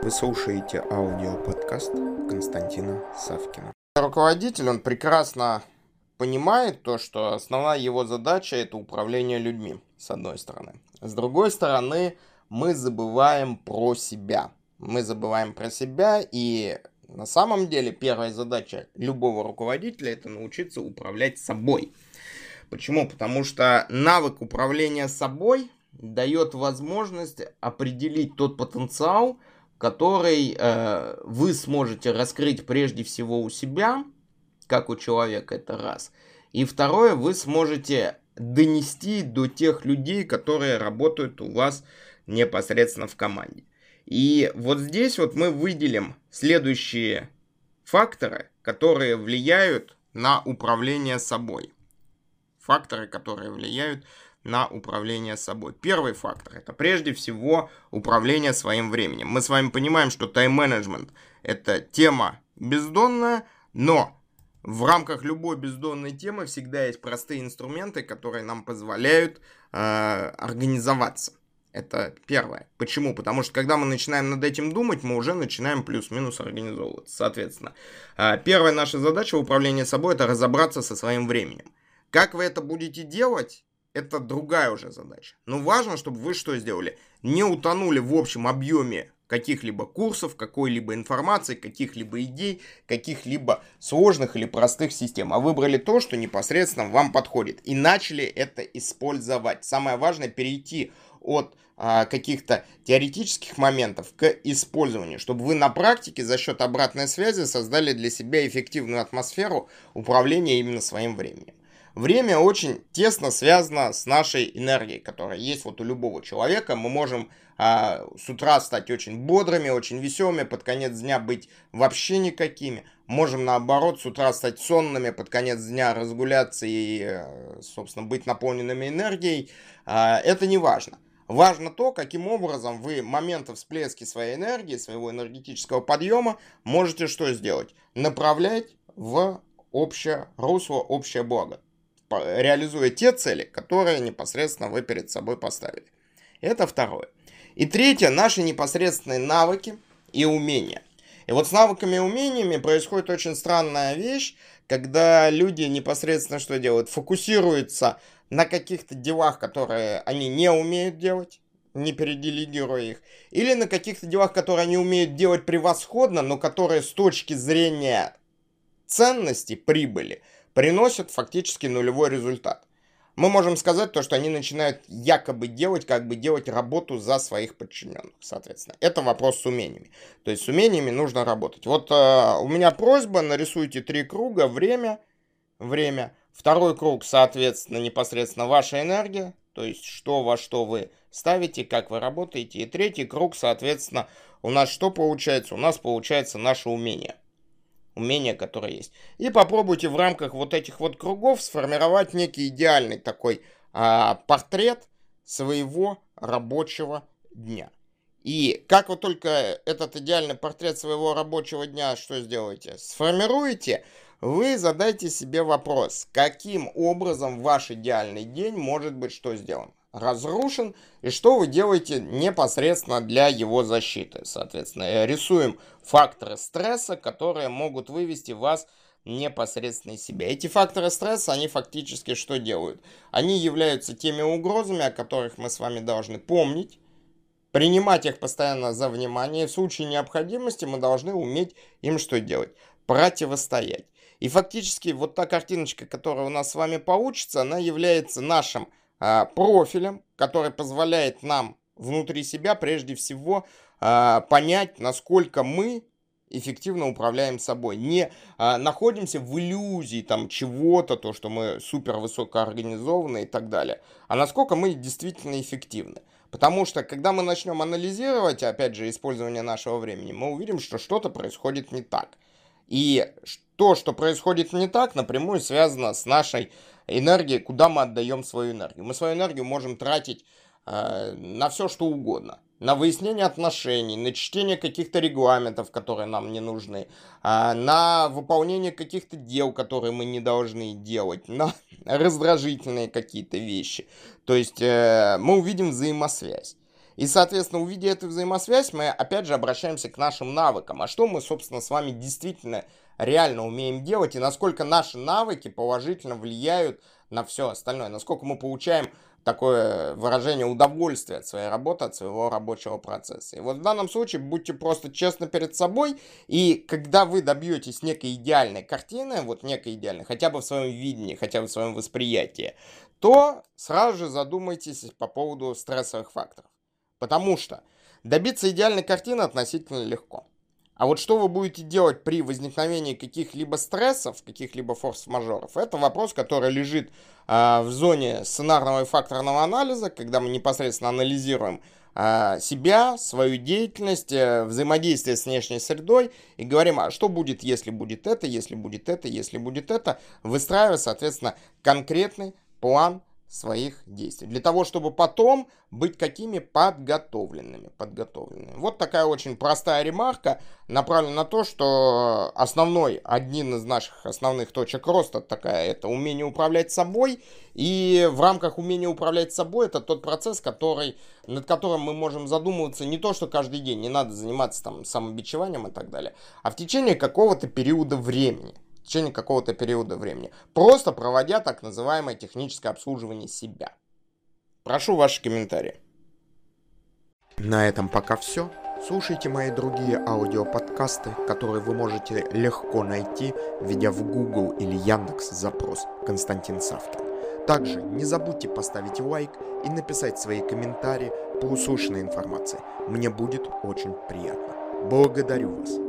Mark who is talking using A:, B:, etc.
A: Вы слушаете аудиоподкаст Константина Савкина.
B: Руководитель, он прекрасно понимает то, что основная его задача – это управление людьми, с одной стороны. С другой стороны, мы забываем про себя. И на самом деле первая задача любого руководителя – это научиться управлять собой. Почему? Потому что навык управления собой дает возможность определить тот потенциал, который вы сможете раскрыть прежде всего у себя, как у человека, это раз. И второе, вы сможете донести до тех людей, которые работают у вас непосредственно в команде. И вот здесь вот мы выделим следующие факторы, которые влияют на управление собой. Первый фактор – это прежде всего управление своим временем. Мы с вами понимаем, что тайм-менеджмент – это тема бездонная, но в рамках любой бездонной темы всегда есть простые инструменты, которые нам позволяют организоваться. Это первое. Почему? Потому что когда мы начинаем над этим думать, мы уже начинаем плюс-минус организовываться. Соответственно, первая наша задача в управлении собой – это разобраться со своим временем. Как вы это будете делать, это другая уже задача. Но важно, чтобы вы что сделали? Не утонули в общем объеме каких-либо курсов, какой-либо информации, каких-либо идей, каких-либо сложных или простых систем, а выбрали то, что непосредственно вам подходит, и начали это использовать. Самое важное – перейти от каких-то теоретических моментов к использованию, чтобы вы на практике за счет обратной связи создали для себя эффективную атмосферу управления именно своим временем. Время очень тесно связано с нашей энергией, которая есть вот у любого человека. Мы можем с утра стать очень бодрыми, очень веселыми, под конец дня быть вообще никакими. Можем, наоборот, с утра стать сонными, под конец дня разгуляться и, собственно, быть наполненными энергией. Это не важно. Важно то, каким образом вы моменты всплески своей энергии, своего энергетического подъема можете что сделать? Направлять в общее русло, общее благо, реализуя те цели, которые непосредственно вы перед собой поставили. Это второе. И третье, наши непосредственные навыки и умения. И вот с навыками и умениями происходит очень странная вещь, когда люди непосредственно что делают? Фокусируются на каких-то делах, которые они не умеют делать, не переделегируя их, или на каких-то делах, которые они умеют делать превосходно, но которые с точки зрения ценности, прибыли, приносят фактически нулевой результат. Мы можем сказать то, что они начинают якобы делать, как бы делать работу за своих подчиненных, соответственно. Это вопрос с умениями. То есть с умениями нужно работать. Вот у меня просьба, нарисуйте 3 круга, время. Второй круг, соответственно, непосредственно ваша энергия, то есть что во что вы ставите, как вы работаете. И третий круг, соответственно, у нас что получается? У нас получается наше умение, которое есть. И попробуйте в рамках вот этих вот кругов сформировать некий идеальный такой портрет своего рабочего дня. И как вы только этот идеальный портрет своего рабочего дня что сделаете? Сформируете, вы задайте себе вопрос, каким образом ваш идеальный день может быть что сделан? Разрушен, и что вы делаете непосредственно для его защиты. Соответственно, рисуем факторы стресса, которые могут вывести вас непосредственно из себя. Эти факторы стресса, они фактически что делают? Они являются теми угрозами, о которых мы с вами должны помнить, принимать их постоянно за внимание, и в случае необходимости мы должны уметь им что делать? Противостоять. И фактически вот та картиночка, которая у нас с вами получится, она является нашим профилем, который позволяет нам внутри себя прежде всего понять, насколько мы эффективно управляем собой. Не находимся в иллюзии там чего-то, то, что мы супер высокоорганизованы и так далее, а насколько мы действительно эффективны. Потому что, когда мы начнем анализировать, опять же, использование нашего времени, мы увидим, что что-то происходит не так. И то, что происходит не так, напрямую связано с нашей энергией, куда мы отдаем свою энергию. Мы свою энергию можем тратить на все, что угодно. На выяснение отношений, на чтение каких-то регламентов, которые нам не нужны, на выполнение каких-то дел, которые мы не должны делать, на раздражительные какие-то вещи. То есть мы увидим взаимосвязь. И, соответственно, увидя эту взаимосвязь, мы опять же обращаемся к нашим навыкам. А что мы, собственно, с вами действительно реально умеем делать, и насколько наши навыки положительно влияют на все остальное, насколько мы получаем такое выражение удовольствия от своей работы, от своего рабочего процесса. И вот в данном случае будьте просто честны перед собой, и когда вы добьетесь некой идеальной картины, вот некой идеальной, хотя бы в своем видении, хотя бы в своем восприятии, то сразу же задумайтесь по поводу стрессовых факторов. Потому что добиться идеальной картины относительно легко. А вот что вы будете делать при возникновении каких-либо стрессов, каких-либо форс-мажоров, это вопрос, который лежит в зоне сценарного и факторного анализа, когда мы непосредственно анализируем себя, свою деятельность, взаимодействие с внешней средой и говорим, а что будет, если будет это, если будет это, если будет это, выстраивая, соответственно, конкретный план своих действий. Для того, чтобы потом быть какими подготовленными. Вот такая очень простая ремарка, направлена на то, что один из наших основных точек роста такая, это умение управлять собой. И в рамках умения управлять собой это тот процесс, над которым мы можем задумываться не то, что каждый день, не надо заниматься там самобичеванием и так далее, а в течение какого-то периода времени. Просто проводя так называемое техническое обслуживание себя. Прошу ваши комментарии.
A: На этом пока все. Слушайте мои другие аудиоподкасты, которые вы можете легко найти, введя в Google или Яндекс запрос «Константин Савкин». Также не забудьте поставить лайк и написать свои комментарии по услышанной информации. Мне будет очень приятно. Благодарю вас.